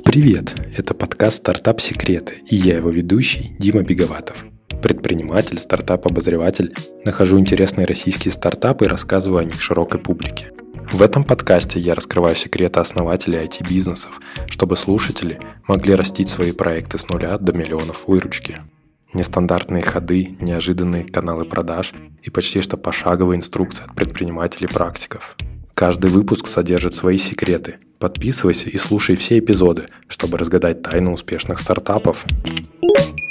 Привет! Это подкаст «Стартап Секреты» и я его ведущий Дима Беговатов. Предприниматель, стартап-обозреватель, нахожу интересные российские стартапы и рассказываю о них широкой публике. В этом подкасте я раскрываю секреты основателей IT-бизнесов, чтобы слушатели могли растить свои проекты с нуля до миллионов выручки. Нестандартные ходы, неожиданные каналы продаж и почти что пошаговая инструкция от предпринимателей-практиков. Каждый выпуск содержит свои секреты. Подписывайся и слушай все эпизоды, чтобы разгадать тайны успешных стартапов.